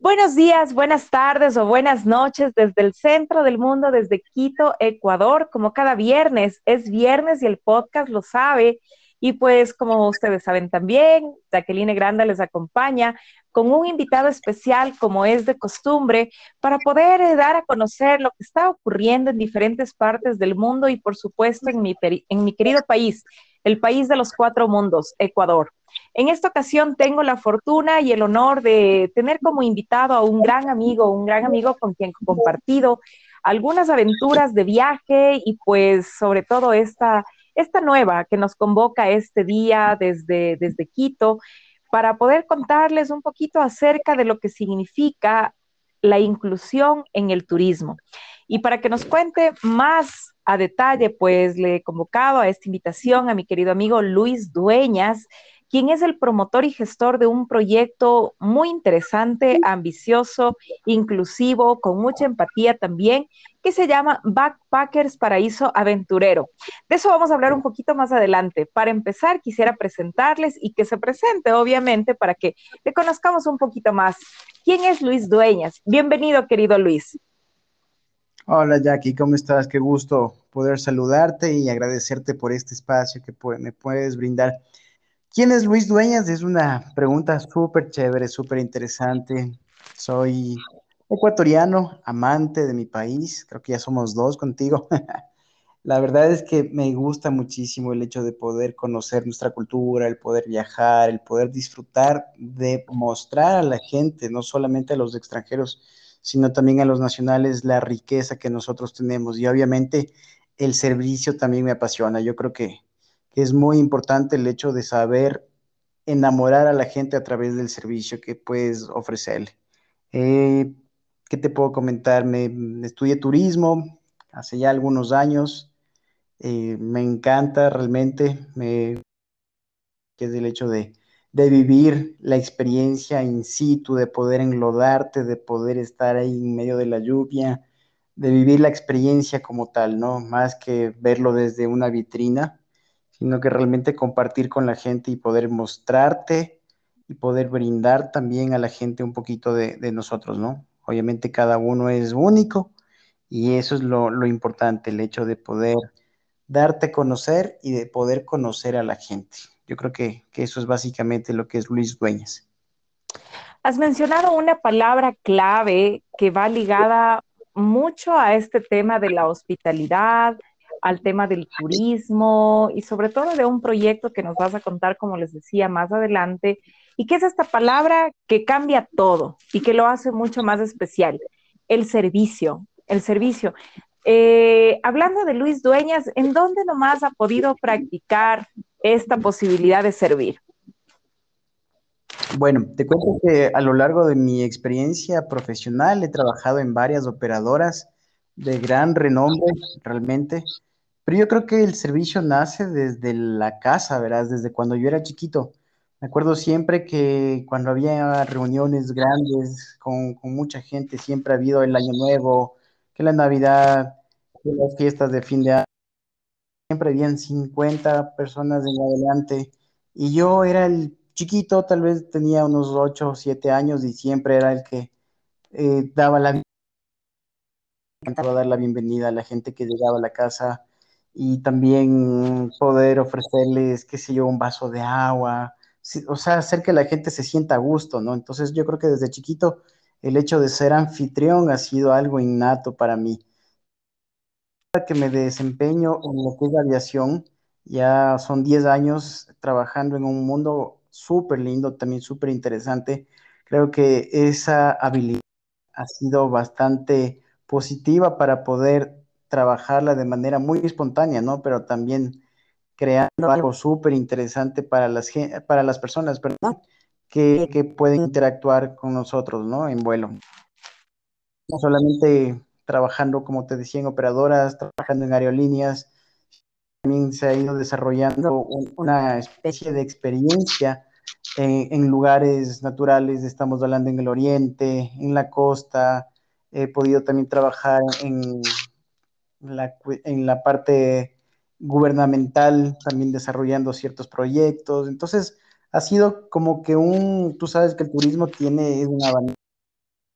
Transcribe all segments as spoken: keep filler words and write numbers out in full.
Buenos días, buenas tardes o buenas noches desde el centro del mundo, desde Quito, Ecuador. Como cada viernes, es viernes y el podcast lo sabe. Y pues como ustedes saben también, Jacqueline Granda les acompaña con un invitado especial como es de costumbre para poder eh, dar a conocer lo que está ocurriendo en diferentes partes del mundo y por supuesto en mi, peri- en mi querido país, el país de los cuatro mundos, Ecuador. En esta ocasión tengo la fortuna y el honor de tener como invitado a un gran amigo, un gran amigo con quien he compartido algunas aventuras de viaje y pues sobre todo esta, esta nueva que nos convoca este día desde, desde Quito para poder contarles un poquito acerca de lo que significa la inclusión en el turismo. Y para que nos cuente más a detalle, pues le he convocado a esta invitación a mi querido amigo Luis Dueñas, quien es el promotor y gestor de un proyecto muy interesante, ambicioso, inclusivo, con mucha empatía también, que se llama Backpackers Paraíso Aventurero. De eso vamos a hablar un poquito más adelante. Para empezar, quisiera presentarles y que se presente, obviamente, para que le conozcamos un poquito más. ¿Quién es Luis Dueñas? Bienvenido, querido Luis. Hola Jackie, ¿cómo estás? Qué gusto poder saludarte y agradecerte por este espacio que pu- me puedes brindar. ¿Quién es Luis Dueñas? Es una pregunta súper chévere, súper interesante. Soy ecuatoriano, amante de mi país, creo que ya somos dos contigo. La verdad es que me gusta muchísimo el hecho de poder conocer nuestra cultura, el poder viajar, el poder disfrutar de mostrar a la gente, no solamente a los extranjeros, sino también a los nacionales, la riqueza que nosotros tenemos. Y obviamente el servicio también me apasiona. Yo creo que, que es muy importante el hecho de saber enamorar a la gente a través del servicio que puedes ofrecerle. Eh, ¿Qué te puedo comentar? Me, estudié turismo hace ya algunos años. Eh, me encanta realmente, me, que es el hecho de, de vivir la experiencia in situ, de poder enlodarte, de poder estar ahí en medio de la lluvia, de vivir la experiencia como tal, ¿no? Más que verlo desde una vitrina, sino que realmente compartir con la gente y poder mostrarte y poder brindar también a la gente un poquito de, de nosotros, ¿no? Obviamente cada uno es único y eso es lo, lo importante, el hecho de poder darte a conocer y de poder conocer a la gente. Yo creo que, que eso es básicamente lo que es Luis Dueñas. Has mencionado una palabra clave que va ligada mucho a este tema de la hospitalidad, al tema del turismo y sobre todo de un proyecto que nos vas a contar, como les decía, más adelante, y que es esta palabra que cambia todo y que lo hace mucho más especial, el servicio, el servicio. Eh, hablando de Luis Dueñas, ¿en dónde nomás ha podido practicar esta posibilidad de servir? Bueno, te cuento que a lo largo de mi experiencia profesional he trabajado en varias operadoras de gran renombre, realmente, pero yo creo que el servicio nace desde la casa, ¿verdad? Desde cuando yo era chiquito. Me acuerdo siempre que cuando había reuniones grandes con, con mucha gente, siempre ha habido el Año Nuevo, que la Navidad, que las fiestas de fin de año. Siempre habían cincuenta personas en adelante y yo era el chiquito, tal vez tenía unos ocho o siete años y siempre era el que eh, daba la, dar la bienvenida a la gente que llegaba a la casa y también poder ofrecerles, qué sé yo, un vaso de agua, sí, o sea, hacer que la gente se sienta a gusto, ¿no? Entonces yo creo que desde chiquito el hecho de ser anfitrión ha sido algo innato para mí. Que me desempeño en lo que es la aviación. Ya son diez años trabajando en un mundo súper lindo, también súper interesante. Creo que esa habilidad ha sido bastante positiva para poder trabajarla de manera muy espontánea, ¿no? Pero también creando algo súper interesante para las, gen- para las personas, perdón, que, que pueden interactuar con nosotros, ¿no? En vuelo. No solamente trabajando, como te decía, en operadoras, trabajando en aerolíneas, también se ha ido desarrollando un- una especie de experiencia en, en lugares naturales. Estamos hablando en el oriente, en la costa. He podido también trabajar en la, cu- en la parte gubernamental, también desarrollando ciertos proyectos. Entonces, ha sido como que un, tú sabes que el turismo tiene es un abanico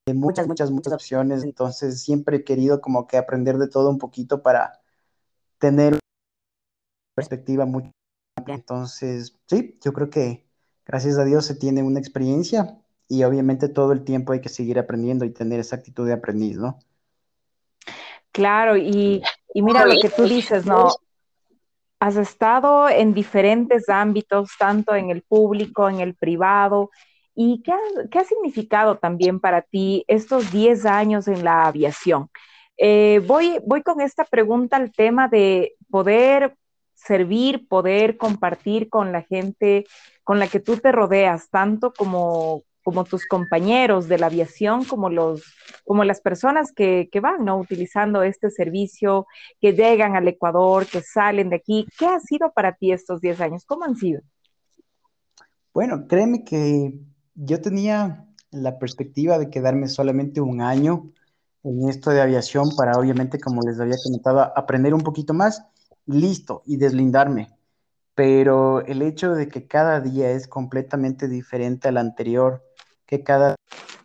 muchas, muchas, muchas opciones, entonces siempre he querido como que aprender de todo un poquito para tener una perspectiva muy amplia. Entonces, sí, yo creo que gracias a Dios se tiene una experiencia y obviamente todo el tiempo hay que seguir aprendiendo y tener esa actitud de aprendiz, ¿no? Claro, y, y mira lo que tú dices, ¿no? Has estado en diferentes ámbitos, tanto en el público, en el privado. ¿Y qué ha, qué ha significado también para ti estos diez años en la aviación? Eh, voy, voy con esta pregunta al tema de poder servir, poder compartir con la gente con la que tú te rodeas, tanto como, como tus compañeros de la aviación, como, los, como las personas que, que van, ¿no? Utilizando este servicio, que llegan al Ecuador, que salen de aquí. ¿Qué ha sido para ti estos diez años? ¿Cómo han sido? Bueno, créeme que yo tenía la perspectiva de quedarme solamente un año en esto de aviación para, obviamente, como les había comentado, aprender un poquito más y listo, y deslindarme. Pero el hecho de que cada día es completamente diferente al anterior, que cada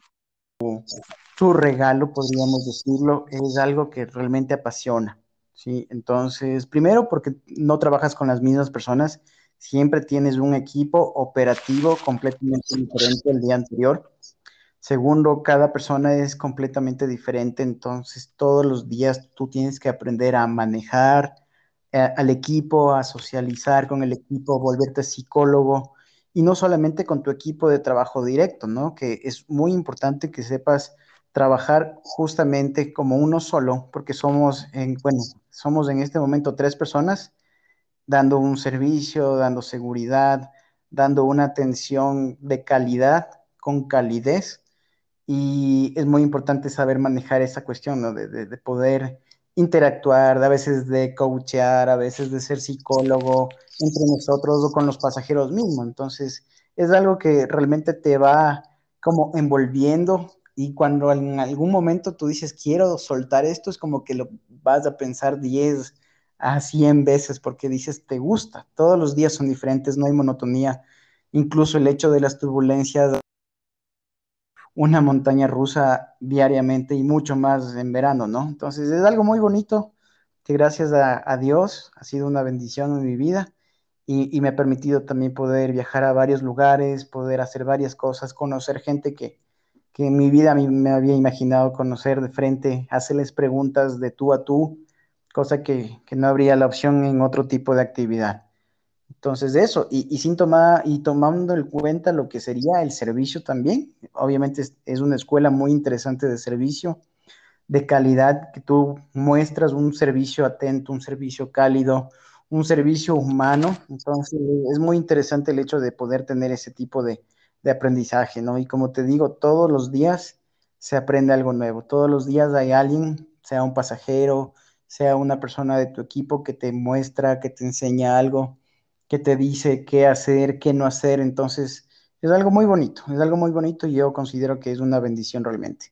su regalo, podríamos decirlo, es algo que realmente apasiona, ¿sí? Entonces, primero, porque no trabajas con las mismas personas, siempre tienes un equipo operativo completamente diferente al día anterior. Segundo, cada persona es completamente diferente, entonces todos los días tú tienes que aprender a manejar eh, al equipo, a socializar con el equipo, volverte psicólogo y no solamente con tu equipo de trabajo directo, ¿no? Que es muy importante que sepas trabajar justamente como uno solo, porque somos en, bueno, somos en este momento tres personas dando un servicio, dando seguridad, dando una atención de calidad con calidez y es muy importante saber manejar esa cuestión, ¿no? De, de, de poder interactuar, de a veces de coachear, a veces de ser psicólogo entre nosotros o con los pasajeros mismos. Entonces, es algo que realmente te va como envolviendo y cuando en algún momento tú dices, quiero soltar esto, es como que lo vas a pensar diez a cien veces porque dices, te gusta. Todos los días son diferentes, no hay monotonía. Incluso el hecho de las turbulencias una montaña rusa diariamente y mucho más en verano, ¿no? Entonces es algo muy bonito que gracias a, a Dios ha sido una bendición en mi vida y, y me ha permitido también poder viajar a varios lugares, poder hacer varias cosas, conocer gente que, que en mi vida a mí me había imaginado conocer de frente, hacerles preguntas de tú a tú, cosa que, que no habría la opción en otro tipo de actividad. Entonces, eso, y, y sin tomar, y tomando en cuenta lo que sería el servicio también, obviamente es, es una escuela muy interesante de servicio, de calidad, que tú muestras un servicio atento, un servicio cálido, un servicio humano. Entonces, es muy interesante el hecho de poder tener ese tipo de, de aprendizaje, ¿no? Y como te digo, todos los días se aprende algo nuevo, todos los días hay alguien, sea un pasajero, sea una persona de tu equipo que te muestra, que te enseña algo, que te dice qué hacer, qué no hacer. Entonces, es algo muy bonito, es algo muy bonito y yo considero que es una bendición realmente.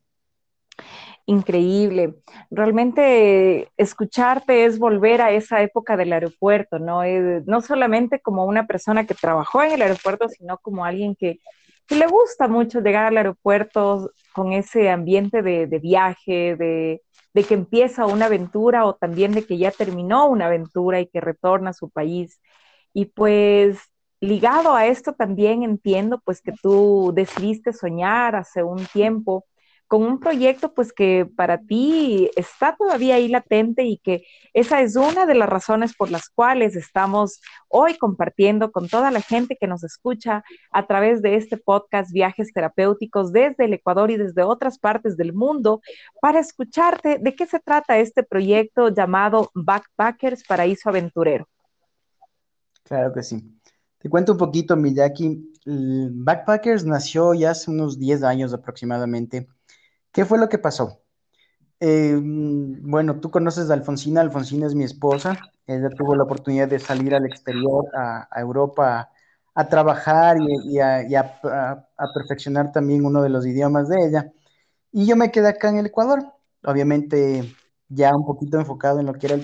Increíble. Realmente escucharte es volver a esa época del aeropuerto, ¿no? Eh, no solamente como una persona que trabajó en el aeropuerto, sino como alguien que, que le gusta mucho llegar al aeropuerto con ese ambiente de, de viaje, de, de que empieza una aventura o también de que ya terminó una aventura y que retorna a su país. Y pues ligado a esto también entiendo pues que tú decidiste soñar hace un tiempo con un proyecto pues que para ti está todavía ahí latente y que esa es una de las razones por las cuales estamos hoy compartiendo con toda la gente que nos escucha a través de este podcast Viajes Terapéuticos desde el Ecuador y desde otras partes del mundo para escucharte de qué se trata este proyecto llamado Backpackers Paraíso Aventurero. Claro que sí. Te cuento un poquito, Miyaki. El Backpackers nació ya hace unos diez años aproximadamente. ¿Qué fue lo que pasó? Eh, mm, bueno, tú conoces a Alfonsina. Alfonsina es mi esposa. Ella tuvo la oportunidad de salir al exterior, a, a Europa, a, a trabajar y, y a, y a- a- a perfeccionar también uno de los idiomas de ella. Y yo me quedé acá en el Ecuador. Obviamente, ya un poquito enfocado en lo que era el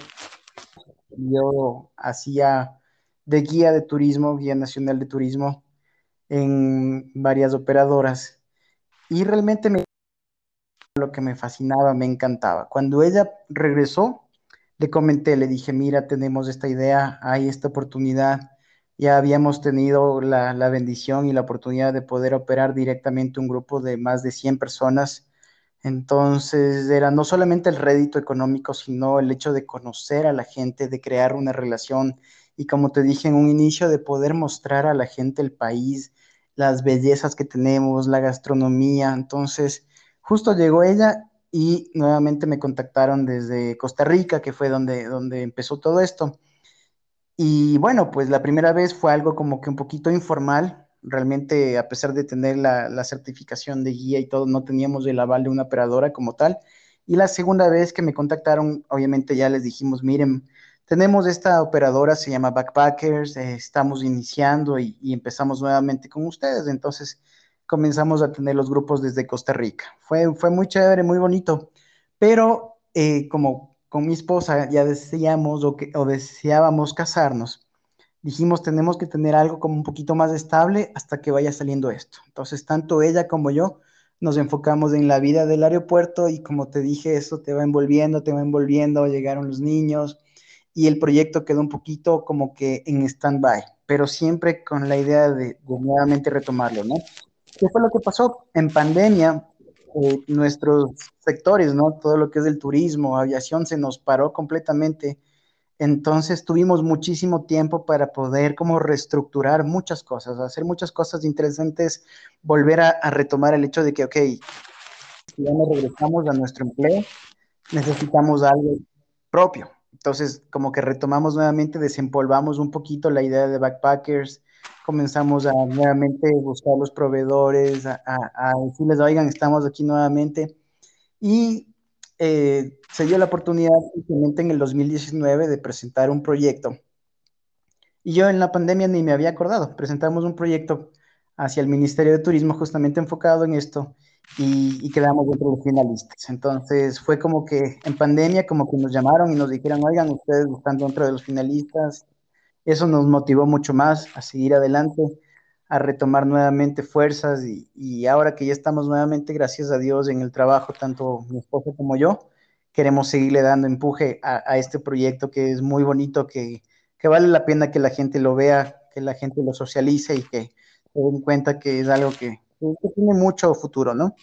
yo hacía de guía de turismo, guía nacional de turismo en varias operadoras y realmente me lo que me fascinaba, me encantaba. Cuando ella regresó, le comenté, le dije, mira, tenemos esta idea, hay esta oportunidad. Ya habíamos tenido la, la bendición y la oportunidad de poder operar directamente un grupo de más de cien personas. Entonces, era no solamente el rédito económico, sino el hecho de conocer a la gente, de crear una relación y, como te dije en un inicio, de poder mostrar a la gente el país, las bellezas que tenemos, la gastronomía. Entonces, justo llegó ella y nuevamente me contactaron desde Costa Rica, que fue donde, donde empezó todo esto. Y bueno, pues la primera vez fue algo como que un poquito informal. Realmente, a pesar de tener la, la certificación de guía y todo, no teníamos el aval de una operadora como tal. Y la segunda vez que me contactaron, obviamente ya les dijimos, miren, tenemos esta operadora, se llama Backpackers, eh, estamos iniciando y, y empezamos nuevamente con ustedes. Entonces comenzamos a tener los grupos desde Costa Rica. Fue, fue muy chévere, muy bonito, pero eh, como con mi esposa ya deseamos o, que, o deseábamos casarnos, dijimos tenemos que tener algo como un poquito más estable hasta que vaya saliendo esto. Entonces, tanto ella como yo nos enfocamos en la vida del aeropuerto y, como te dije, eso te va envolviendo, te va envolviendo, llegaron los niños y el proyecto quedó un poquito como que en stand-by, pero siempre con la idea de, de nuevamente retomarlo, ¿no? ¿Qué fue lo que pasó? En pandemia, eh, nuestros sectores, ¿no? Todo lo que es el turismo, aviación, se nos paró completamente. Entonces tuvimos muchísimo tiempo para poder como reestructurar muchas cosas, hacer muchas cosas interesantes, volver a, a retomar el hecho de que, ok, si ya nos regresamos a nuestro empleo, necesitamos algo propio. Entonces, como que retomamos nuevamente, desempolvamos un poquito la idea de Backpackers, comenzamos a nuevamente buscar los proveedores, a, a, a decirles, oigan, estamos aquí nuevamente. Y eh, se dio la oportunidad simplemente en el dos mil diecinueve de presentar un proyecto. Y yo en la pandemia ni me había acordado. Presentamos un proyecto hacia el Ministerio de Turismo justamente enfocado en esto y, y quedamos dentro de los finalistas. Entonces fue como que en pandemia como que nos llamaron y nos dijeron, oigan, ustedes están dentro de los finalistas. Eso nos motivó mucho más a seguir adelante, a retomar nuevamente fuerzas y, y ahora que ya estamos nuevamente, gracias a Dios, en el trabajo, tanto mi esposa como yo, queremos seguirle dando empuje a, a este proyecto que es muy bonito, que, que vale la pena que la gente lo vea, que la gente lo socialice y que se den cuenta que es algo que, que tiene mucho futuro, ¿no?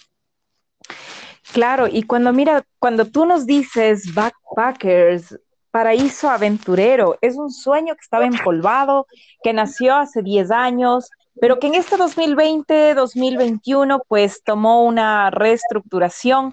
Claro, y cuando mira, cuando tú nos dices Backpackers, paraíso aventurero, es un sueño que estaba empolvado, que nació hace diez años, pero que en este dos mil veinte, dos mil veintiuno, pues tomó una reestructuración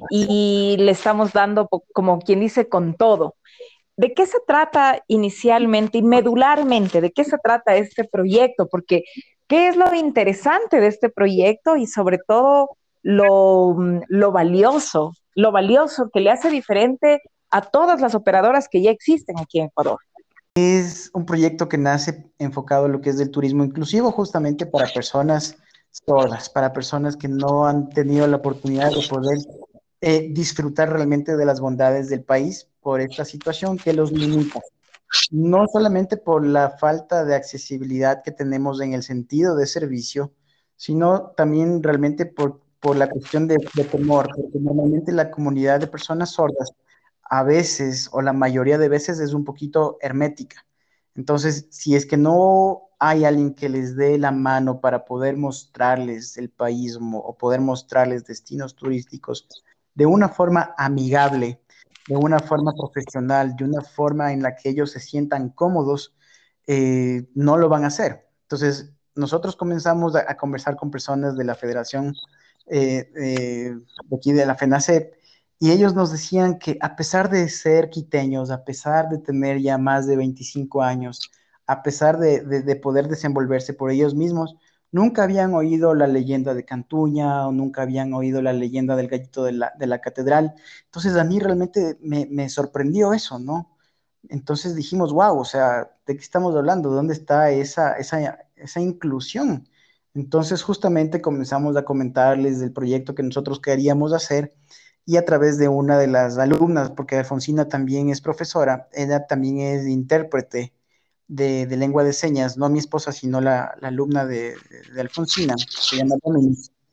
y le estamos dando, po- como quien dice, con todo. ¿De qué se trata inicialmente y medularmente? ¿De qué se trata este proyecto? Porque, ¿qué es lo interesante de este proyecto y sobre todo lo, mm, lo valioso, lo valioso que le hace diferente a todas las operadoras que ya existen aquí en Ecuador? Es un proyecto que nace enfocado en lo que es del turismo inclusivo, justamente para personas sordas, para personas que no han tenido la oportunidad de poder eh, disfrutar realmente de las bondades del país por esta situación que los limita. No solamente por la falta de accesibilidad que tenemos en el sentido de servicio, sino también realmente por, por la cuestión de, de temor, porque normalmente la comunidad de personas sordas a veces, o la mayoría de veces, es un poquito hermética. Entonces, si es que no hay alguien que les dé la mano para poder mostrarles el país o poder mostrarles destinos turísticos de una forma amigable, de una forma profesional, de una forma en la que ellos se sientan cómodos, eh, no lo van a hacer. Entonces, nosotros comenzamos a, a conversar con personas de la Federación eh, eh, de aquí de la FENACEP y ellos nos decían que a pesar de ser quiteños, a pesar de tener ya más de veinticinco años, a pesar de, de, de poder desenvolverse por ellos mismos, nunca habían oído la leyenda de Cantuña o nunca habían oído la leyenda del gallito de la, de la catedral. Entonces a mí realmente me, me sorprendió eso, ¿no? Entonces dijimos, wow, o sea, ¿de qué estamos hablando? ¿Dónde está esa, esa, esa inclusión? Entonces justamente comenzamos a comentarles del proyecto que nosotros queríamos hacer y a través de una de las alumnas, porque Alfonsina también es profesora, ella también es intérprete de, de lengua de señas, no mi esposa, sino la, la alumna de, de, de Alfonsina, se llama Dominis.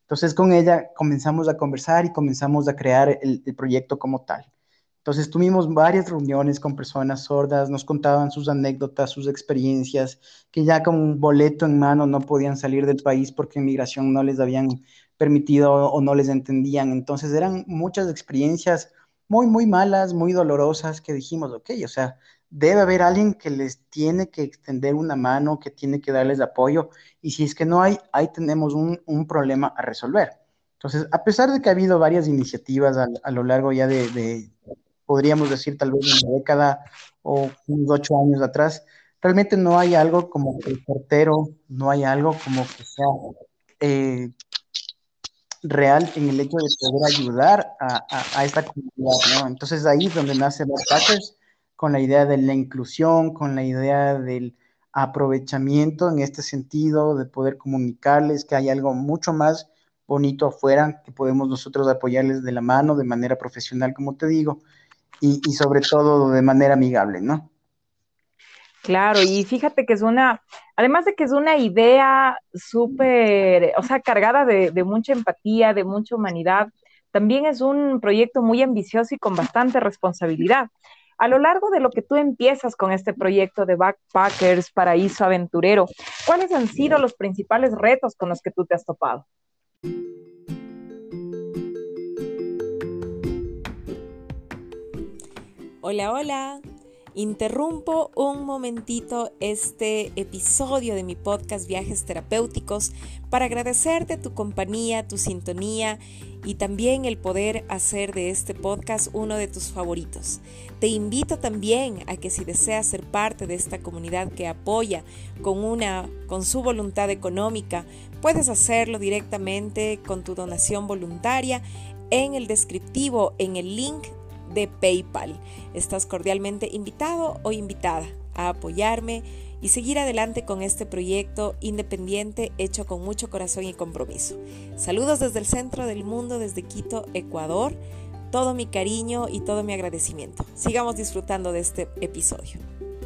Entonces con ella comenzamos a conversar y comenzamos a crear el, el proyecto como tal. Entonces tuvimos varias reuniones con personas sordas, nos contaban sus anécdotas, sus experiencias, que ya con un boleto en mano no podían salir del país porque en migración no les habían permitido o no les entendían. Entonces eran muchas experiencias muy, muy malas, muy dolorosas que dijimos, ok, o sea, debe haber alguien que les tiene que extender una mano, que tiene que darles apoyo, y si es que no hay, ahí tenemos un, un problema a resolver. Entonces, a pesar de que ha habido varias iniciativas a, a lo largo ya de, de, podríamos decir tal vez una década o unos ocho años atrás, realmente no hay algo como que certero, no hay algo como que sea eh, real en el hecho de poder ayudar a, a, a esta comunidad, ¿no? Entonces ahí es donde nace Backpackers, con la idea de la inclusión, con la idea del aprovechamiento en este sentido, de poder comunicarles que hay algo mucho más bonito afuera, que podemos nosotros apoyarles de la mano, de manera profesional, como te digo, y, y sobre todo de manera amigable, ¿no? Claro, y fíjate que es una, además de que es una idea súper, o sea, cargada de, de mucha empatía, de mucha humanidad, también es un proyecto muy ambicioso y con bastante responsabilidad. A lo largo de lo que tú empiezas con este proyecto de Backpackers, Paraíso Aventurero, ¿cuáles han sido los principales retos con los que tú te has topado? Hola, hola. Interrumpo un momentito este episodio de mi podcast Viajes Terapéuticos para agradecerte tu compañía, tu sintonía y también el poder hacer de este podcast uno de tus favoritos. Te invito también a que si deseas ser parte de esta comunidad que apoya con una, con su voluntad económica, puedes hacerlo directamente con tu donación voluntaria en el descriptivo, en el link de PayPal. Estás cordialmente invitado o invitada a apoyarme y seguir adelante con este proyecto independiente hecho con mucho corazón y compromiso. Saludos desde el centro del mundo, desde Quito, Ecuador. Todo mi cariño y todo mi agradecimiento. Sigamos disfrutando de este episodio.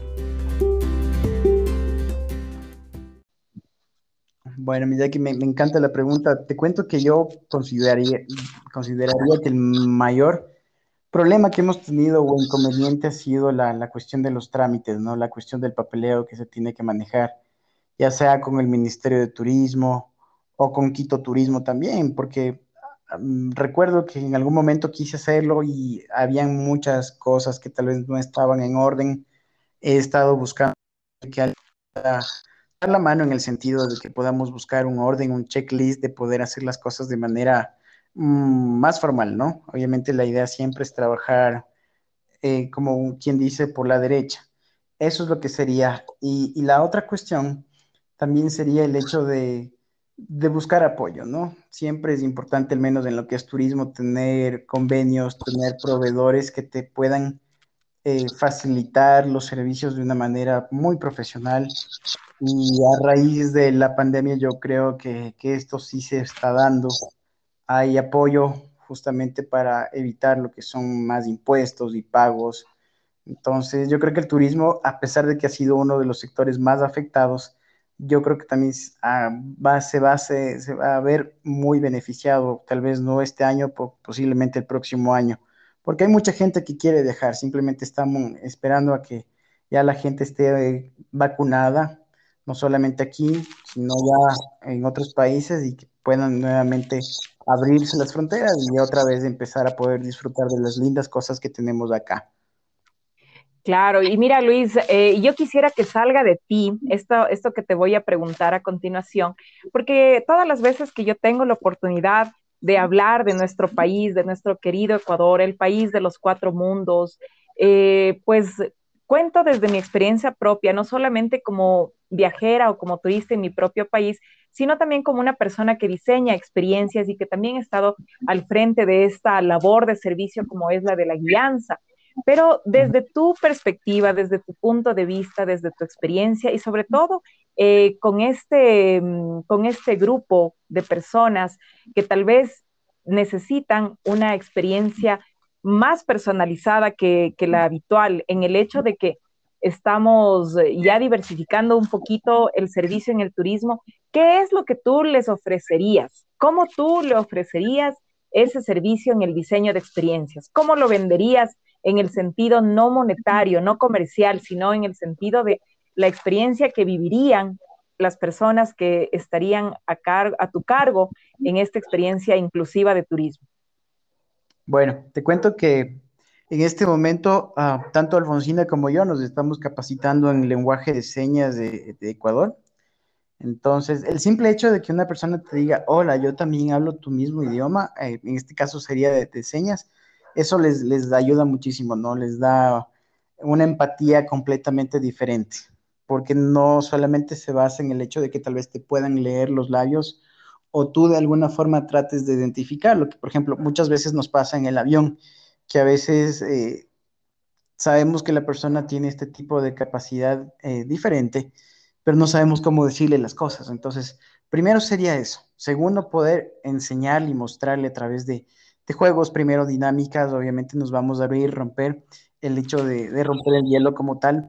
Bueno, mira que me, me encanta la pregunta. Te cuento que yo consideraría, consideraría que el mayor problema que hemos tenido o inconveniente ha sido la, la cuestión de los trámites, ¿no? La cuestión del papeleo que se tiene que manejar, ya sea con el Ministerio de Turismo o con Quito Turismo también, porque um, recuerdo que en algún momento quise hacerlo y habían muchas cosas que tal vez no estaban en orden. He estado buscando que alguien pueda dar la mano en el sentido de que podamos buscar un orden, un checklist de poder hacer las cosas de manera mm, más formal, ¿no? Obviamente la idea siempre es trabajar, eh, como quien dice, por la derecha. Eso es lo que sería. Y, y la otra cuestión también sería el hecho de, de buscar apoyo, ¿no? Siempre es importante, al menos en lo que es turismo, tener convenios, tener proveedores que te puedan eh, facilitar los servicios de una manera muy profesional. Y a raíz de la pandemia yo creo que, que esto sí se está dando. Hay apoyo justamente para evitar lo que son más impuestos y pagos. Entonces, yo creo que el turismo, a pesar de que ha sido uno de los sectores más afectados, yo creo que también ah, va, se, va, se, se va a ver muy beneficiado, tal vez no este año, po- posiblemente el próximo año, porque hay mucha gente que quiere viajar, simplemente estamos esperando a que ya la gente esté eh, vacunada, no solamente aquí, sino ya en otros países y que puedan nuevamente abrirse las fronteras y otra vez empezar a poder disfrutar de las lindas cosas que tenemos acá. Claro, y mira Luis, eh, yo quisiera que salga de ti esto, esto que te voy a preguntar a continuación, porque todas las veces que yo tengo la oportunidad de hablar de nuestro país, de nuestro querido Ecuador, el país de los cuatro mundos, eh, pues cuento desde mi experiencia propia, no solamente como viajera o como turista en mi propio país, sino también como una persona que diseña experiencias y que también ha estado al frente de esta labor de servicio como es la de la guianza. Pero desde tu perspectiva, desde tu punto de vista, desde tu experiencia y sobre todo eh, con, este, mm, con este grupo de personas que tal vez necesitan una experiencia más personalizada que, que la habitual, en el hecho de que estamos eh, ya diversificando un poquito el servicio en el turismo. ¿Qué es lo que tú les ofrecerías? ¿Cómo tú le ofrecerías ese servicio en el diseño de experiencias? ¿Cómo lo venderías en el sentido no monetario, no comercial, sino en el sentido de la experiencia que vivirían las personas que estarían a, car a tu cargo en esta experiencia inclusiva de turismo? Bueno, te cuento que en este momento, ah, tanto Alfonsina como yo nos estamos capacitando en lenguaje de señas de, de Ecuador. Entonces, el simple hecho de que una persona te diga, hola, yo también hablo tu mismo idioma, eh, en este caso sería de, de señas, eso les, les ayuda muchísimo, ¿no? Les da una empatía completamente diferente, porque no solamente se basa en el hecho de que tal vez te puedan leer los labios o tú de alguna forma trates de identificar lo que, por ejemplo, muchas veces nos pasa en el avión, que a veces eh, sabemos que la persona tiene este tipo de capacidad eh, diferente, pero no sabemos cómo decirle las cosas. Entonces, primero sería eso. Segundo, poder enseñarle y mostrarle a través de, de juegos, primero dinámicas, obviamente nos vamos a abrir, romper el hecho de, de romper el hielo como tal,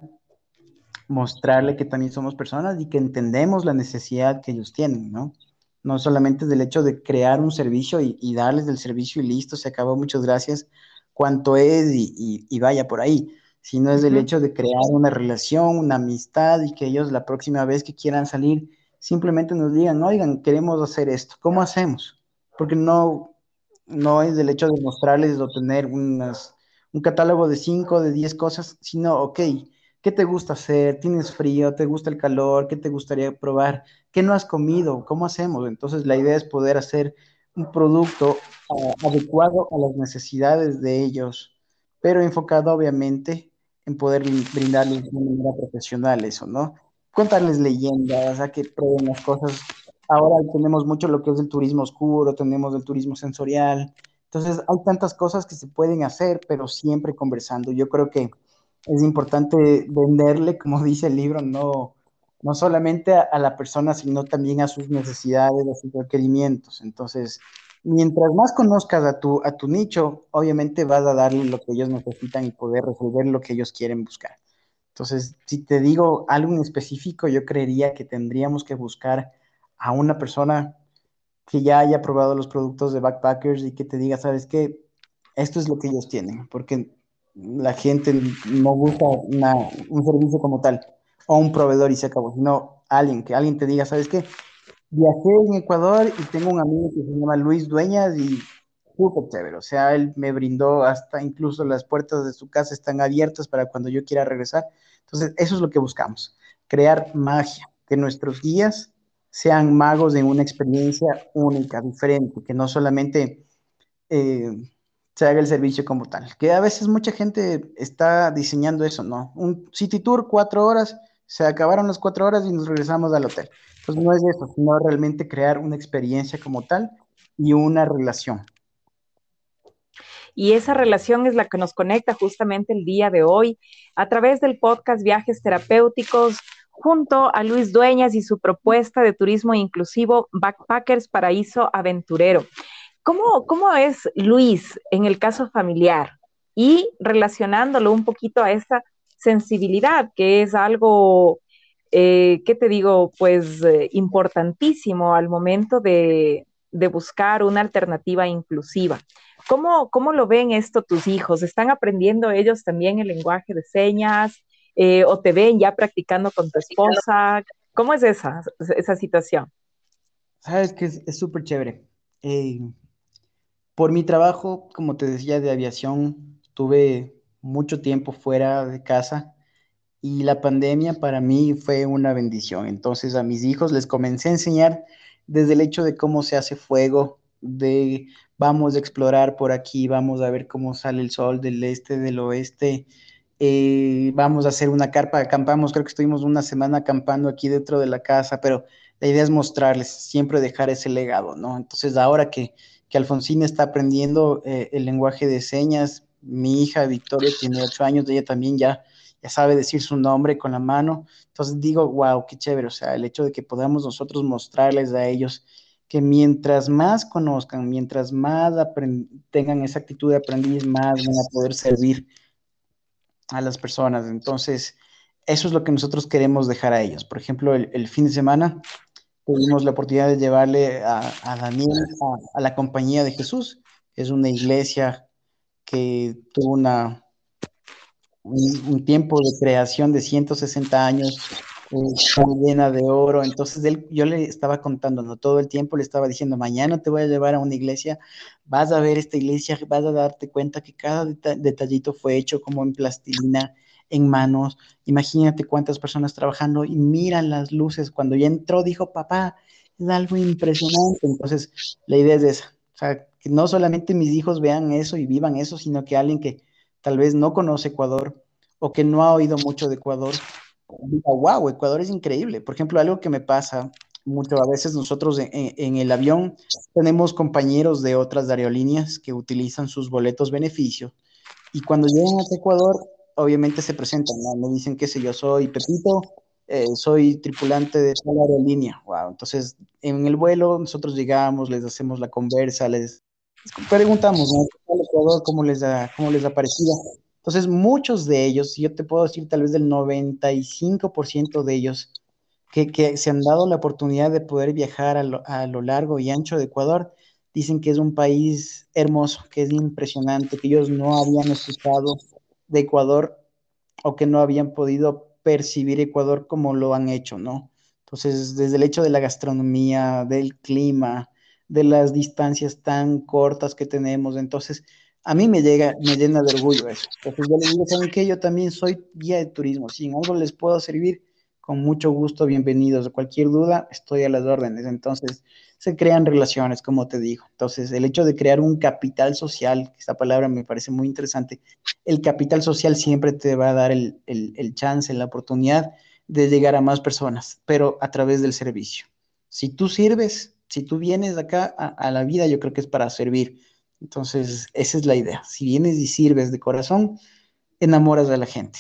mostrarle que también somos personas y que entendemos la necesidad que ellos tienen, ¿no? No solamente del hecho de crear un servicio y, y darles el servicio y listo, se acabó, muchas gracias, cuánto es y, y, y vaya por ahí, sino es el Ujú. hecho de crear una relación, una amistad y que ellos la próxima vez que quieran salir simplemente nos digan, oigan, queremos hacer esto, ¿cómo hacemos? Porque no, no es el hecho de mostrarles o tener unas, un catálogo de cinco, de diez cosas, sino, ok, ¿qué te gusta hacer? ¿Tienes frío? ¿Te gusta el calor? ¿Qué te gustaría probar? ¿Qué no has comido? ¿Cómo hacemos? Entonces, la idea es poder hacer un producto uh, adecuado a las necesidades de ellos, pero enfocado obviamente en poder brindarles de una manera profesional eso, ¿no? Contarles leyendas, a que prueben las cosas. Ahora tenemos mucho lo que es el turismo oscuro, tenemos el turismo sensorial. Entonces, hay tantas cosas que se pueden hacer, pero siempre conversando. Yo creo que es importante venderle, como dice el libro, no, no solamente a, a la persona, sino también a sus necesidades, a sus requerimientos. Entonces, mientras más conozcas a tu, a tu nicho, obviamente vas a darle lo que ellos necesitan y poder resolver lo que ellos quieren buscar. Entonces, si te digo algo en específico, yo creería que tendríamos que buscar a una persona que ya haya probado los productos de Backpackers y que te diga, ¿sabes qué? Esto es lo que ellos tienen, porque la gente no busca una, un servicio como tal o un proveedor y se acabó, sino alguien, que alguien te diga, ¿sabes qué? Viajé en Ecuador y tengo un amigo que se llama Luis Dueñas y súper chévere, o sea, él me brindó hasta incluso las puertas de su casa están abiertas para cuando yo quiera regresar. Entonces, eso es lo que buscamos, crear magia, que nuestros guías sean magos en una experiencia única, diferente, que no solamente eh, se haga el servicio como tal. Que a veces mucha gente está diseñando eso, ¿no? Un city tour, cuatro horas, se acabaron las cuatro horas y nos regresamos al hotel. Pues no es eso, sino realmente crear una experiencia como tal y una relación. Y esa relación es la que nos conecta justamente el día de hoy a través del podcast Viajes Terapéuticos junto a Luis Dueñas y su propuesta de turismo inclusivo Backpackers Paraíso Aventurero. ¿Cómo, cómo es Luis en el caso familiar? Y relacionándolo un poquito a esa sensibilidad, que es algo, eh, ¿qué te digo? Pues eh, importantísimo al momento de, de buscar una alternativa inclusiva. ¿Cómo, ¿Cómo lo ven esto tus hijos? ¿Están aprendiendo ellos también el lenguaje de señas? Eh, ¿O te ven ya practicando con tu esposa? ¿Cómo es esa, esa situación? Sabes que es súper chévere. Eh, por mi trabajo, como te decía, de aviación, tuve mucho tiempo fuera de casa. Y la pandemia para mí fue una bendición. Entonces a mis hijos les comencé a enseñar desde el hecho de cómo se hace fuego, de vamos a explorar por aquí, vamos a ver cómo sale el sol del este, del oeste, eh, vamos a hacer una carpa, acampamos, creo que estuvimos una semana acampando aquí dentro de la casa, pero la idea es mostrarles, siempre dejar ese legado, ¿no? Entonces ahora que, que Alfonsina está aprendiendo eh, el lenguaje de señas, mi hija Victoria tiene ocho años, ella también ya ya sabe decir su nombre con la mano. Entonces digo, wow, qué chévere. O sea, el hecho de que podamos nosotros mostrarles a ellos que mientras más conozcan, mientras más tengan esa actitud de aprendiz, más van a poder servir a las personas. Entonces, eso es lo que nosotros queremos dejar a ellos. Por ejemplo, el, el fin de semana tuvimos la oportunidad de llevarle a, a Daniel a, a la Compañía de Jesús. Es una iglesia que tuvo una, un, un tiempo de creación de ciento sesenta años, eh, está llena de oro. Entonces él, yo le estaba contando, ¿no? Todo el tiempo le estaba diciendo, mañana te voy a llevar a una iglesia, vas a ver esta iglesia, vas a darte cuenta que cada deta- detallito fue hecho como en plastilina, en manos. Imagínate cuántas personas trabajando y miran las luces. Cuando ya entró, dijo, papá, es algo impresionante. Entonces, la idea es esa. O sea, que no solamente mis hijos vean eso y vivan eso, sino que alguien que tal vez no conoce Ecuador o que no ha oído mucho de Ecuador, diga, wow, Ecuador es increíble. Por ejemplo, algo que me pasa mucho, a veces nosotros en, en- en el avión tenemos compañeros de otras aerolíneas que utilizan sus boletos beneficio y cuando llegan a Ecuador, obviamente se presentan, ¿no? Me dicen que si yo soy Pepito, eh, soy tripulante de tal aerolínea. Wow, entonces en el vuelo nosotros llegamos, les hacemos la conversa, les preguntamos, ¿no? ¿Qué tal Ecuador? ¿Cómo les ha, cómo les ha parecido? Entonces, muchos de ellos, yo te puedo decir tal vez del noventa y cinco por ciento de ellos, que, que se han dado la oportunidad de poder viajar a lo, a lo largo y ancho de Ecuador, dicen que es un país hermoso, que es impresionante, que ellos no habían escuchado de Ecuador o que no habían podido percibir Ecuador como lo han hecho, ¿no? Entonces, desde el hecho de la gastronomía, del clima, de las distancias tan cortas que tenemos, entonces, a mí me llega, me llena de orgullo eso. Entonces, yo les digo, ¿saben qué? Yo también soy guía de turismo, si en algo les puedo servir, con mucho gusto, bienvenidos. Cualquier duda, estoy a las órdenes. Entonces, se crean relaciones, como te digo. Entonces, el hecho de crear un capital social, esta palabra me parece muy interesante, el capital social siempre te va a dar el, el, el chance, la oportunidad de llegar a más personas, pero a través del servicio. Si tú sirves, si tú vienes acá a, a la vida, yo creo que es para servir. Entonces, esa es la idea. Si vienes y sirves de corazón, enamoras a la gente.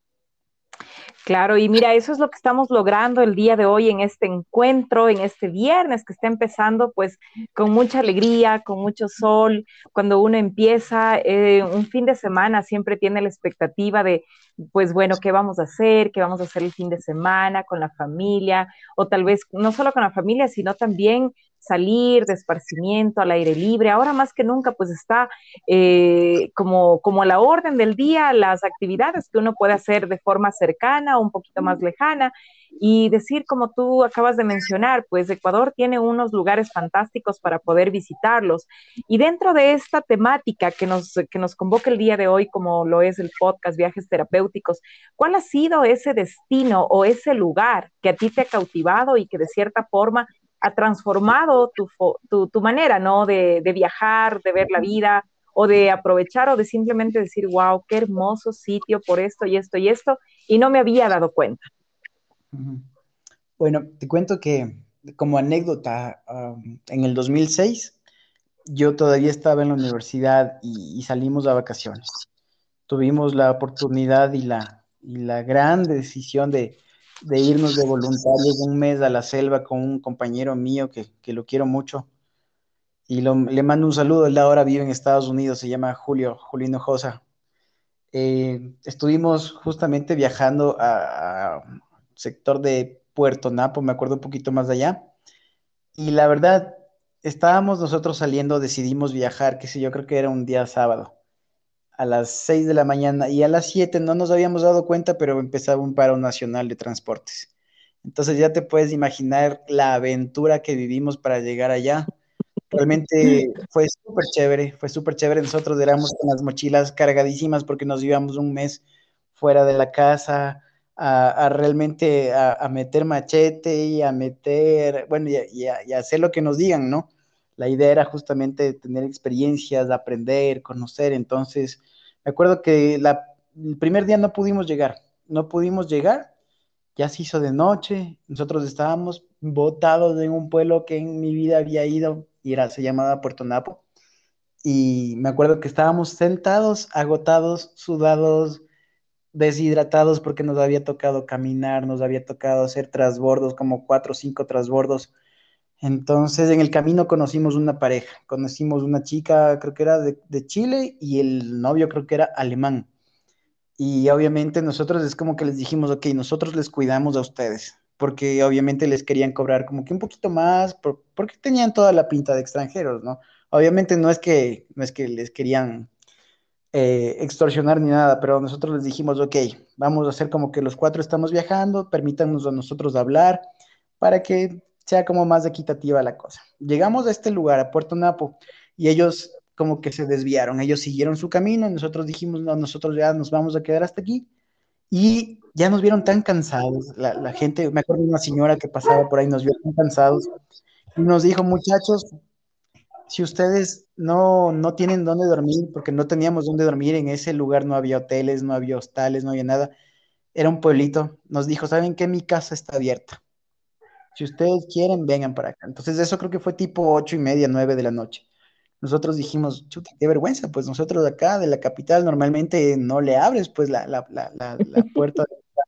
Claro, y mira, eso es lo que estamos logrando el día de hoy en este encuentro, en este viernes que está empezando, pues con mucha alegría, con mucho sol. Cuando uno empieza eh, un fin de semana, siempre tiene la expectativa de, pues bueno, ¿qué vamos a hacer? ¿Qué vamos a hacer el fin de semana con la familia? O tal vez no solo con la familia, sino también salir de esparcimiento al aire libre. Ahora más que nunca, pues está eh, como, como a la orden del día las actividades que uno puede hacer de forma cercana o un poquito más lejana y decir, como tú acabas de mencionar, pues Ecuador tiene unos lugares fantásticos para poder visitarlos. Y dentro de esta temática que nos, que nos convoca el día de hoy, como lo es el podcast Viajes Terapéuticos, ¿cuál ha sido ese destino o ese lugar que a ti te ha cautivado y que de cierta forma ha transformado tu, tu, tu manera, ¿no? De, de viajar, de ver la vida, o de aprovechar o de simplemente decir, wow, qué hermoso sitio por esto y esto y esto, y no me había dado cuenta. Uh-huh. Bueno, te cuento que como anécdota, um, en el dos mil seis yo todavía estaba en la universidad y, y salimos a vacaciones. Tuvimos la oportunidad y la, y la gran decisión de, de irnos de voluntarios un mes a la selva con un compañero mío que, que lo quiero mucho y lo- le mando un saludo. Él ahora vive en Estados Unidos, se llama Julio, Julio Hinojosa. Eh, estuvimos justamente viajando a, a sector de Puerto Napo, me acuerdo un poquito más de allá, y la verdad, estábamos nosotros saliendo, decidimos viajar, que sé yo, creo que era un día sábado, a las seis de la mañana, y a las siete no nos habíamos dado cuenta, pero empezaba un paro nacional de transportes. Entonces ya te puedes imaginar la aventura que vivimos para llegar allá. Realmente fue súper chévere, fue súper chévere. Nosotros éramos con las mochilas cargadísimas porque nos íbamos un mes fuera de la casa a, a realmente a, a, meter machete y a meter, bueno, y a, y, a, y a hacer lo que nos digan, ¿no? La idea era justamente tener experiencias, aprender, conocer. Entonces, me acuerdo que la, el primer día no pudimos llegar, no pudimos llegar, ya se hizo de noche, nosotros estábamos botados en un pueblo que en mi vida había ido, y era, se llamaba Puerto Napo, y me acuerdo que estábamos sentados, agotados, sudados, deshidratados porque nos había tocado caminar, nos había tocado hacer trasbordos, como cuatro o cinco trasbordos. Entonces en el camino conocimos una pareja, conocimos una chica, creo que era de, de Chile, y el novio creo que era alemán. Y obviamente nosotros es como que les dijimos, ok, nosotros les cuidamos a ustedes, porque obviamente les querían cobrar como que un poquito más, por- porque tenían toda la pinta de extranjeros, ¿no? Obviamente no es que, no es que les querían eh, extorsionar ni nada, pero nosotros les dijimos, ok, vamos a hacer como que los cuatro estamos viajando, permítanos a nosotros hablar para que sea como más equitativa la cosa. Llegamos a este lugar, a Puerto Napo, y ellos como que se desviaron, ellos siguieron su camino, y nosotros dijimos, no, nosotros ya nos vamos a quedar hasta aquí, y ya nos vieron tan cansados, la, la gente, me acuerdo de una señora que pasaba por ahí, nos vio tan cansados, y nos dijo, muchachos, si ustedes no, no tienen dónde dormir, porque no teníamos dónde dormir, en ese lugar no había hoteles, no había hostales, no había nada, era un pueblito, nos dijo, ¿saben qué? Mi casa está abierta. Si ustedes quieren, vengan para acá. Entonces eso creo que fue tipo ocho y media, nueve de la noche. Nosotros dijimos, chuta, qué vergüenza, pues nosotros de acá, de la capital, normalmente no le abres pues la, la, la, la, la puerta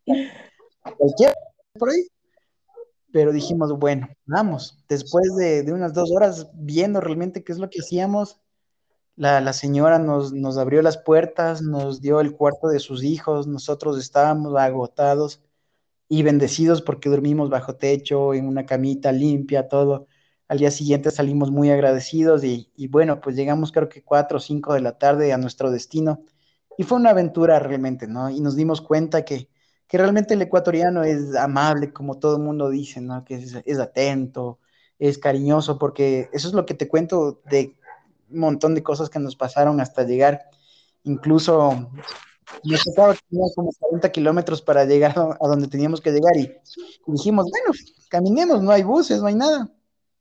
a cualquiera por ahí. Pero dijimos, bueno, vamos. Después de, de unas dos horas viendo realmente qué es lo que hacíamos, La, la señora nos, nos abrió las puertas, nos dio el cuarto de sus hijos, nosotros estábamos agotados y bendecidos porque dormimos bajo techo, en una camita limpia, todo. Al día siguiente salimos muy agradecidos y, y bueno, pues llegamos creo que cuatro o cinco de la tarde a nuestro destino y fue una aventura realmente, ¿no? Y nos dimos cuenta que, que realmente el ecuatoriano es amable, como todo el mundo dice, ¿no? Que es, es atento, es cariñoso, porque eso es lo que te cuento de un montón de cosas que nos pasaron hasta llegar. Incluso nos tocaba caminar como cuarenta kilómetros para llegar a a donde teníamos que llegar y, y dijimos, bueno, caminemos, no hay buses, no hay nada.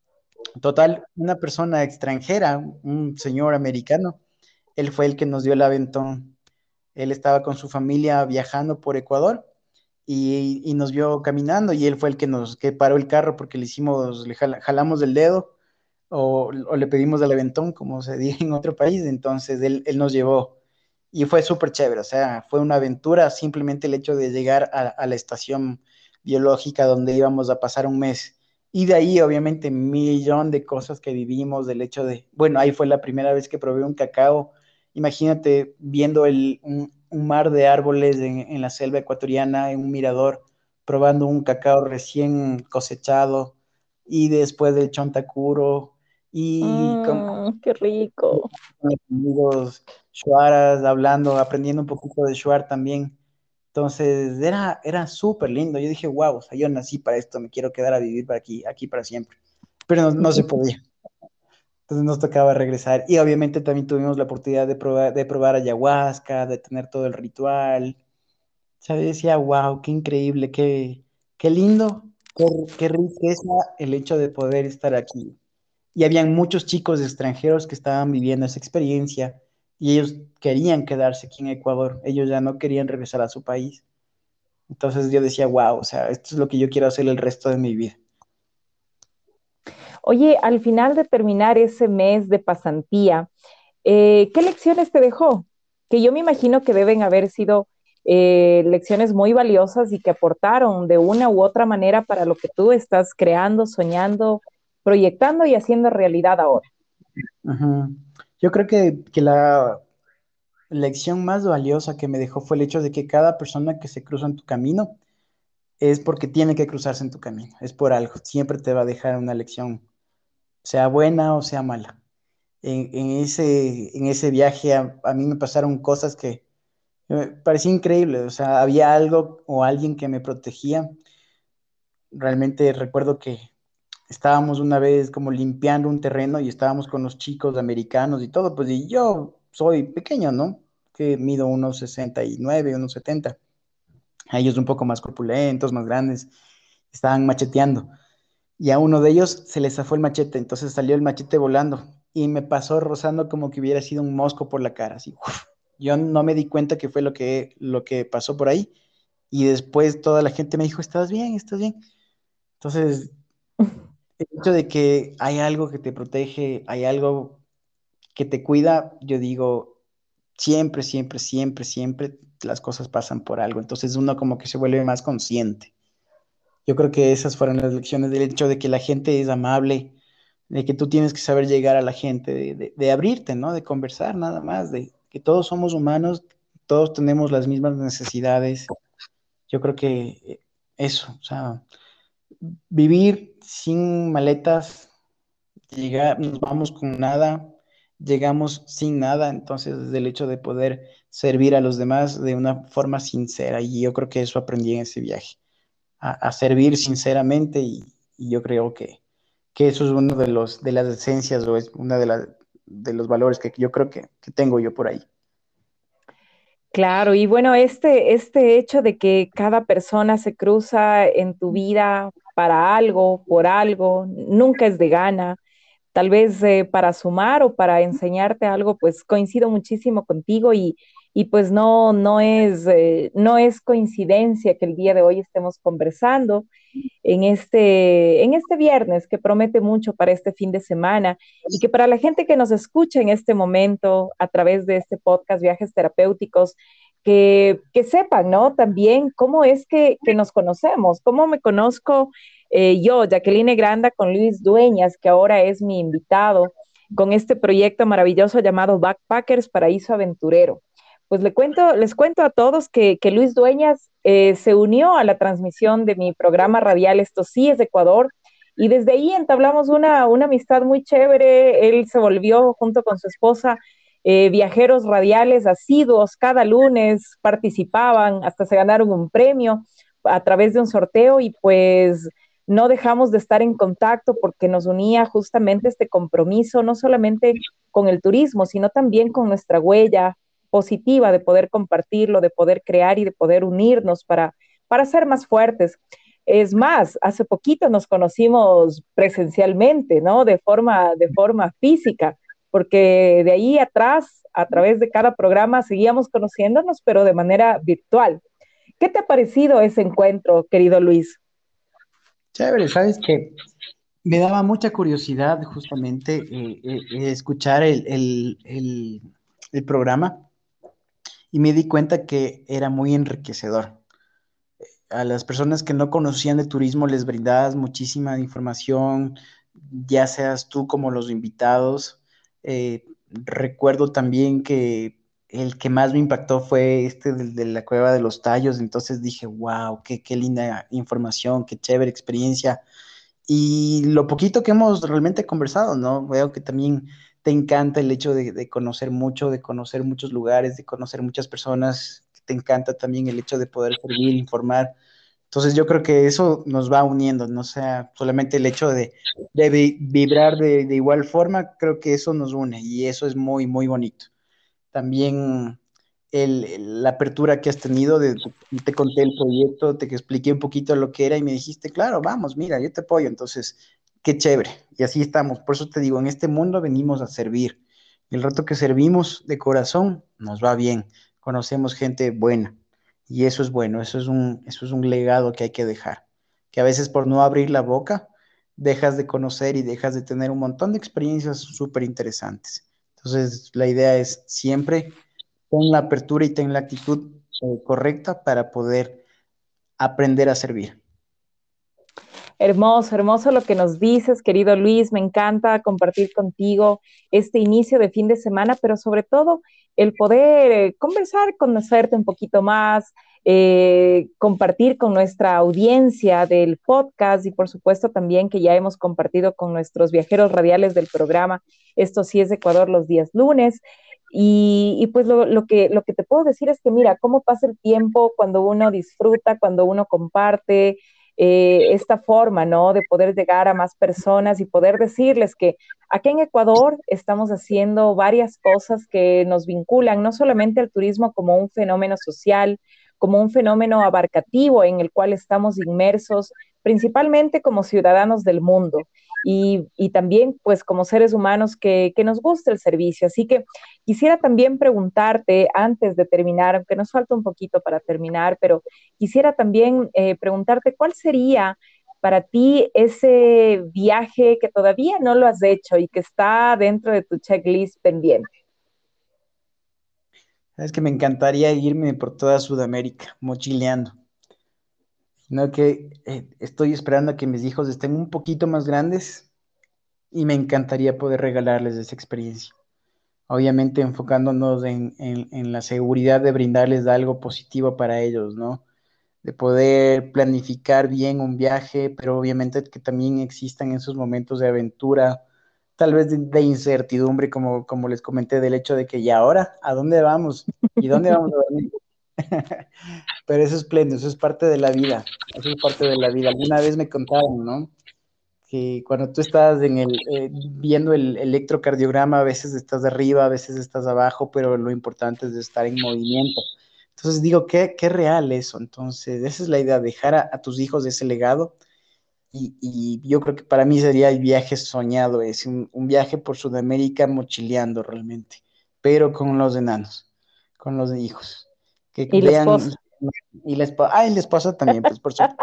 Total, una persona extranjera, un señor americano, él fue el que nos dio el aventón. Él estaba con su familia viajando por Ecuador y, y nos vio caminando y él fue el que nos que paró el carro porque le hicimos, le jala- jalamos el dedo o, o le pedimos el aventón, como se dice en otro país, entonces él, él nos llevó y fue súper chévere, o sea, fue una aventura simplemente el hecho de llegar a, a la estación biológica donde íbamos a pasar un mes. Y de ahí, obviamente, un millón de cosas que vivimos, del hecho de, bueno, ahí fue la primera vez que probé un cacao. Imagínate viendo el, un, un mar de árboles en, en la selva ecuatoriana, en un mirador, probando un cacao recién cosechado y después del chontacuro y con, Mm, qué rico. con los amigos shuaras, hablando, aprendiendo un poquito de shuar también. Entonces era, era súper lindo. Yo dije, wow, o sea, yo nací para esto, me quiero quedar a vivir para aquí, aquí para siempre. Pero no, no se podía. Entonces nos tocaba regresar. Y obviamente también tuvimos la oportunidad de probar, de probar ayahuasca, de tener todo el ritual. O sea, yo decía, wow, qué increíble, qué, qué lindo, qué, qué riqueza el hecho de poder estar aquí. Y habían muchos chicos extranjeros que estaban viviendo esa experiencia y ellos querían quedarse aquí en Ecuador, ellos ya no querían regresar a su país. Entonces yo decía, wow, o sea, esto es lo que yo quiero hacer el resto de mi vida. Oye, al final de terminar ese mes de pasantía, eh, ¿qué lecciones te dejó? Que yo me imagino que deben haber sido eh, lecciones muy valiosas y que aportaron de una u otra manera para lo que tú estás creando, soñando, proyectando y haciendo realidad ahora. Ujú. Yo creo que, que la lección más valiosa que me dejó fue el hecho de que cada persona que se cruza en tu camino es porque tiene que cruzarse en tu camino, es por algo, siempre te va a dejar una lección, sea buena o sea mala. En, en ese, en ese viaje a, a mí me pasaron cosas que me parecía increíble, o sea, había algo o alguien que me protegía. Realmente recuerdo que estábamos una vez como limpiando un terreno y estábamos con los chicos americanos y todo, pues y yo soy pequeño, ¿no? Que mido unos sesenta y nueve, unos setenta. A ellos un poco más corpulentos, más grandes, estaban macheteando. Y a uno de ellos se le zafó el machete, entonces salió el machete volando y me pasó rozando como que hubiera sido un mosco por la cara, así. Uf. Yo no me di cuenta que fue lo que, lo que pasó por ahí y después toda la gente me dijo, ¿estás bien? ¿Estás bien? Entonces, el hecho de que hay algo que te protege, hay algo que te cuida, yo digo, siempre, siempre, siempre, siempre las cosas pasan por algo. Entonces uno como que se vuelve más consciente. Yo creo que esas fueron las lecciones del hecho de que la gente es amable, de que tú tienes que saber llegar a la gente, de, de, de abrirte, ¿no? De conversar nada más, de que todos somos humanos, todos tenemos las mismas necesidades. Yo creo que eso, o sea, vivir sin maletas, llegar, nos vamos con nada, llegamos sin nada, entonces desde el hecho de poder servir a los demás de una forma sincera, y yo creo que eso aprendí en ese viaje, a, a servir sinceramente, y, y yo creo que, que eso es uno de los de las esencias o es una de las de los valores que yo creo que, que tengo yo por ahí. Claro, y bueno, este, este hecho de que cada persona se cruza en tu vida para algo, por algo, nunca es de gana, tal vez eh, para sumar o para enseñarte algo, pues coincido muchísimo contigo y, y pues no, no es, eh, no es coincidencia que el día de hoy estemos conversando en este, en este viernes que promete mucho para este fin de semana y que para la gente que nos escucha en este momento a través de este podcast Viajes Terapéuticos, que, que sepan, ¿no? También cómo es que, que nos conocemos, cómo me conozco eh, yo, Jacqueline Granda, con Luis Dueñas, que ahora es mi invitado con este proyecto maravilloso llamado Backpackers Paraíso Aventurero. Pues le cuento, les cuento a todos que, que Luis Dueñas eh, se unió a la transmisión de mi programa radial Esto sí es de Ecuador y desde ahí entablamos una, una amistad muy chévere. Él se volvió junto con su esposa eh, viajeros radiales asiduos, cada lunes participaban, hasta se ganaron un premio a través de un sorteo y pues no dejamos de estar en contacto porque nos unía justamente este compromiso, no solamente con el turismo, sino también con nuestra huella positiva de poder compartirlo, de poder crear y de poder unirnos para, para ser más fuertes. Es más, hace poquito nos conocimos presencialmente, ¿no? De forma, de forma física, porque de ahí atrás, a través de cada programa, seguíamos conociéndonos, pero de manera virtual. ¿Qué te ha parecido ese encuentro, querido Luis? Chévere, sabes que me daba mucha curiosidad justamente eh, eh, eh, escuchar el, el, el, el programa y me di cuenta que era muy enriquecedor. A las personas que no conocían de turismo les brindabas muchísima información, ya seas tú como los invitados. Eh, recuerdo también que el que más me impactó fue este de, de la Cueva de los Tallos, entonces dije, wow, qué, qué linda información, qué chévere experiencia. Y lo poquito que hemos realmente conversado, ¿no? Veo que también te encanta el hecho de, de conocer mucho, de conocer muchos lugares, de conocer muchas personas. Te encanta también el hecho de poder servir, informar. Entonces yo creo que eso nos va uniendo, no sea solamente el hecho de, de vi- vibrar de, de igual forma, creo que eso nos une y eso es muy, muy bonito. También el, el- la apertura que has tenido, de, te conté el proyecto, te expliqué un poquito lo que era y me dijiste, claro, vamos, mira, yo te apoyo, entonces, qué chévere. Y así estamos. Por eso te digo, en este mundo venimos a servir. Y el rato que servimos de corazón, nos va bien. Conocemos gente buena. Y eso es bueno, eso es un, eso es un legado que hay que dejar. Que a veces por no abrir la boca, dejas de conocer y dejas de tener un montón de experiencias súper interesantes. Entonces, la idea es siempre ten la apertura y ten la actitud eh, correcta para poder aprender a servir. Hermoso, hermoso lo que nos dices, querido Luis. Me encanta compartir contigo este inicio de fin de semana, pero sobre todo el poder eh, conversar, conocerte un poquito más, eh, compartir con nuestra audiencia del podcast y por supuesto también que ya hemos compartido con nuestros viajeros radiales del programa. Esto sí es de Ecuador los días lunes. Y, y pues lo, lo, que, lo que te puedo decir es que mira, cómo pasa el tiempo cuando uno disfruta, cuando uno comparte, eh, esta forma, ¿no? De poder llegar a más personas y poder decirles que aquí en Ecuador estamos haciendo varias cosas que nos vinculan no solamente al turismo como un fenómeno social, como un fenómeno abarcativo en el cual estamos inmersos principalmente como ciudadanos del mundo y, y también pues como seres humanos que, que nos gusta el servicio. Así que quisiera también preguntarte antes de terminar, aunque nos falta un poquito para terminar, pero quisiera también eh, preguntarte cuál sería para ti ese viaje que todavía no lo has hecho y que está dentro de tu checklist pendiente. Es que me encantaría irme por toda Sudamérica, mochileando. No que eh, estoy esperando a que mis hijos estén un poquito más grandes y me encantaría poder regalarles esa experiencia. obviamente enfocándonos en, en, en la seguridad de brindarles algo positivo para ellos, ¿no? De poder planificar bien un viaje, pero obviamente que también existan esos momentos de aventura, tal vez de, de incertidumbre, como, como les comenté, del hecho de que, ¿y ahora? ¿A dónde vamos? ¿Y dónde vamos a dormir? Pero eso es pleno, eso es parte de la vida, eso es parte de la vida. Alguna vez me contaron, ¿no? Que cuando tú estás en el, eh, viendo el electrocardiograma, a veces estás arriba, a veces estás abajo, pero lo importante es estar en movimiento. Entonces digo, qué, qué real eso. Entonces, esa es la idea, dejar a, a tus hijos ese legado. Y, y, yo creo que para mí sería el viaje soñado, es un, un viaje por Sudamérica mochileando realmente, pero con los enanos, con los hijos, que Y la vean, esposa. y la esposa, ah, y la esposa también, pues por supuesto.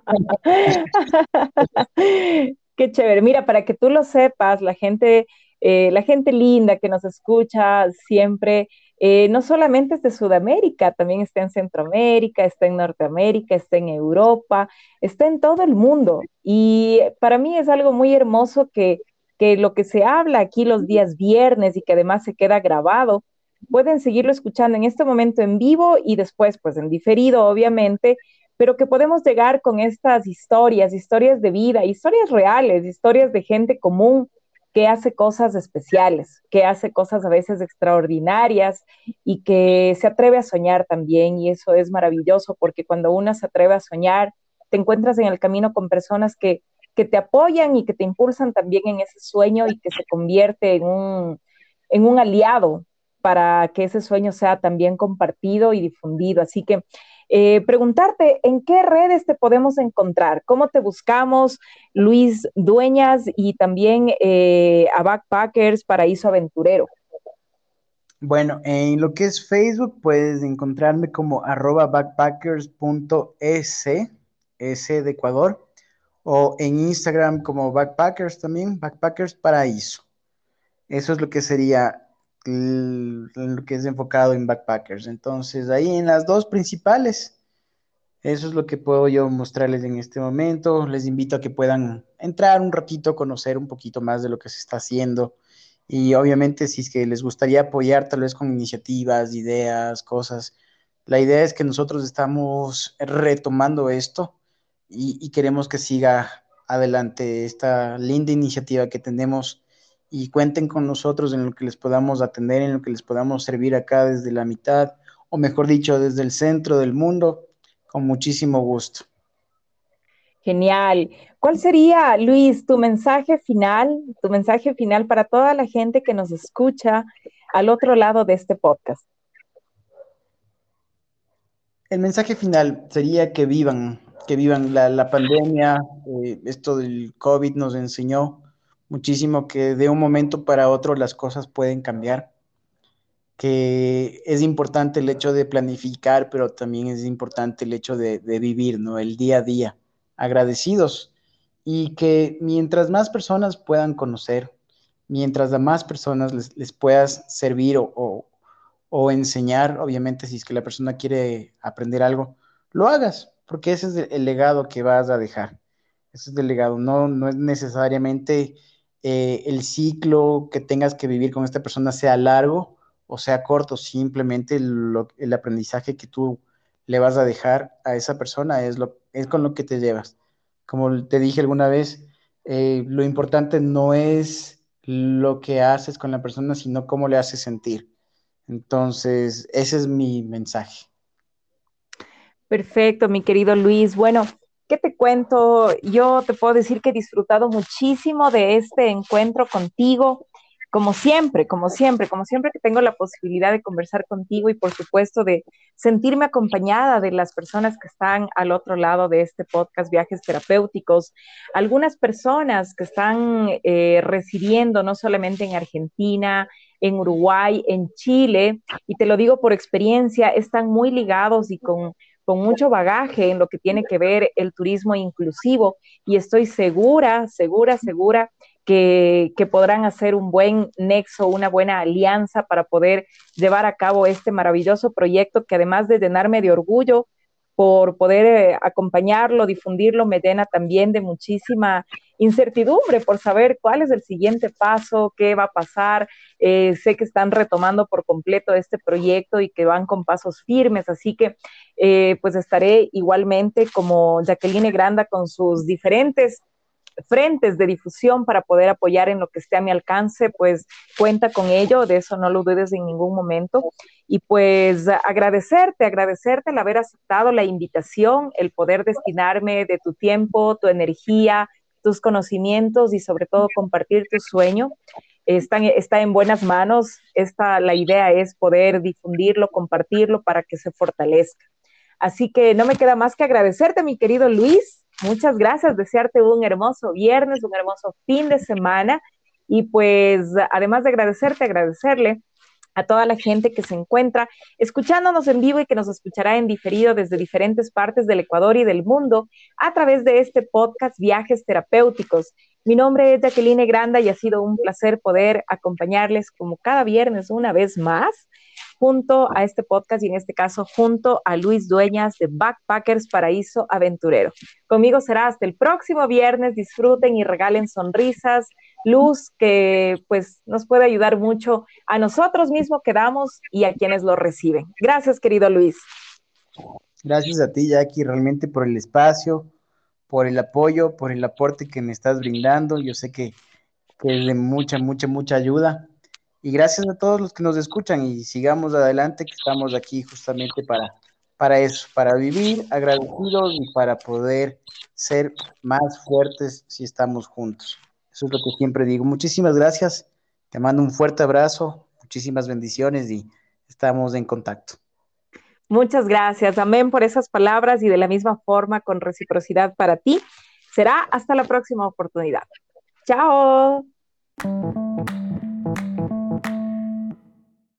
Qué chévere. Mira, para que tú lo sepas, la gente, eh, la gente linda que nos escucha siempre, eh, no solamente es de Sudamérica, también está en Centroamérica, está en Norteamérica, está en Europa, está en todo el mundo. Y para mí es algo muy hermoso que, que lo que se habla aquí los días viernes y que además se queda grabado, pueden seguirlo escuchando en este momento en vivo y después, pues en diferido, obviamente, pero que podemos llegar con estas historias, historias de vida, historias reales, historias de gente común que hace cosas especiales, que hace cosas a veces extraordinarias y que se atreve a soñar también. Y eso es maravilloso porque cuando uno se atreve a soñar, te encuentras en el camino con personas que, que te apoyan y que te impulsan también en ese sueño y que se convierte en un, en un aliado para que ese sueño sea también compartido y difundido. Así que eh, preguntarte en qué redes te podemos encontrar, cómo te buscamos, Luis Dueñas, y también eh, a Backpackers Paraíso Aventurero. Bueno, en lo que es Facebook puedes encontrarme como arroba backpackers punto es, S de Ecuador, o en Instagram como backpackers también, backpackers paraíso. Eso es lo que sería l- lo que es enfocado en backpackers. Entonces, ahí en las dos principales, eso es lo que puedo yo mostrarles en este momento. Les invito a que puedan entrar un ratito, conocer un poquito más de lo que se está haciendo. Y obviamente, si es que les gustaría apoyar tal vez con iniciativas, ideas, cosas, la idea es que nosotros estamos retomando esto y, y queremos que siga adelante esta linda iniciativa que tenemos y cuenten con nosotros en lo que les podamos atender, en lo que les podamos servir acá desde la mitad, o mejor dicho, desde el centro del mundo, con muchísimo gusto. Genial. ¿Cuál sería, Luis, tu mensaje final, tu mensaje final para toda la gente que nos escucha al otro lado de este podcast? El mensaje final sería que vivan, que vivan la, la pandemia, eh, esto del COVID nos enseñó muchísimo que de un momento para otro las cosas pueden cambiar, que es importante el hecho de planificar, pero también es importante el hecho de, de vivir, ¿no? El día a día, agradecidos, y que mientras más personas puedan conocer, mientras a más personas les, les puedas servir o, o, o enseñar, obviamente si es que la persona quiere aprender algo, lo hagas, porque ese es el, el legado que vas a dejar. Ese es el legado, no, no es necesariamente eh, el ciclo que tengas que vivir con esta persona sea largo o sea corto, simplemente lo, el aprendizaje que tú le vas a dejar a esa persona es, lo, es con lo que te llevas. Como te dije alguna vez, eh, lo importante no es lo que haces con la persona, sino cómo le haces sentir. Entonces, ese es mi mensaje. Perfecto, mi querido Luis. Bueno, ¿qué te cuento? Yo te puedo decir que he disfrutado muchísimo de este encuentro contigo, como siempre, como siempre, como siempre que tengo la posibilidad de conversar contigo y por supuesto de sentirme acompañada de las personas que están al otro lado de este podcast Viajes Terapéuticos. Algunas personas que están eh, residiendo no solamente en Argentina, en Uruguay, en Chile, y te lo digo por experiencia, están muy ligados y con con mucho bagaje en lo que tiene que ver el turismo inclusivo y estoy segura, segura, segura que, que podrán hacer un buen nexo, una buena alianza para poder llevar a cabo este maravilloso proyecto que además de llenarme de orgullo por poder eh, acompañarlo, difundirlo, me llena también de muchísima incertidumbre por saber cuál es el siguiente paso, qué va a pasar. Eh, sé que están retomando por completo este proyecto y que van con pasos firmes, así que eh, pues estaré igualmente como Jacqueline Granda con sus diferentes frentes de difusión para poder apoyar en lo que esté a mi alcance, pues cuenta con ello, de eso no lo dudes en ningún momento. Y pues agradecerte, agradecerte el haber aceptado la invitación, el poder destinarme de tu tiempo, tu energía, tus conocimientos y sobre todo compartir tu sueño. Está, está en buenas manos. Esta, la idea es poder difundirlo, compartirlo para que se fortalezca. Así que no me queda más que agradecerte, mi querido Luis. Muchas gracias, desearte un hermoso viernes, un hermoso fin de semana. Y pues, además de agradecerte, agradecerle a toda la gente que se encuentra escuchándonos en vivo y que nos escuchará en diferido desde diferentes partes del Ecuador y del mundo a través de este podcast Viajes Terapéuticos. Mi nombre es Jacqueline Granda y ha sido un placer poder acompañarles como cada viernes una vez más junto a este podcast y en este caso junto a Luis Dueñas de Backpackers Paraíso Aventurero. Conmigo será hasta el próximo viernes. Disfruten y regalen sonrisas, luz que pues nos puede ayudar mucho a nosotros mismos que damos y a quienes lo reciben. Gracias, querido Luis. Gracias a ti, Jackie, realmente por el espacio, por el apoyo, por el aporte que me estás brindando. Yo sé que, que es de mucha, mucha, mucha ayuda. Y gracias a todos los que nos escuchan y sigamos adelante, que estamos aquí justamente para, para eso, para vivir agradecidos y para poder ser más fuertes si estamos juntos. Eso es lo que siempre digo. Muchísimas gracias, te mando un fuerte abrazo, muchísimas bendiciones y estamos en contacto. Muchas gracias, amén por esas palabras y de la misma forma con reciprocidad para ti. Será hasta la próxima oportunidad. Chao.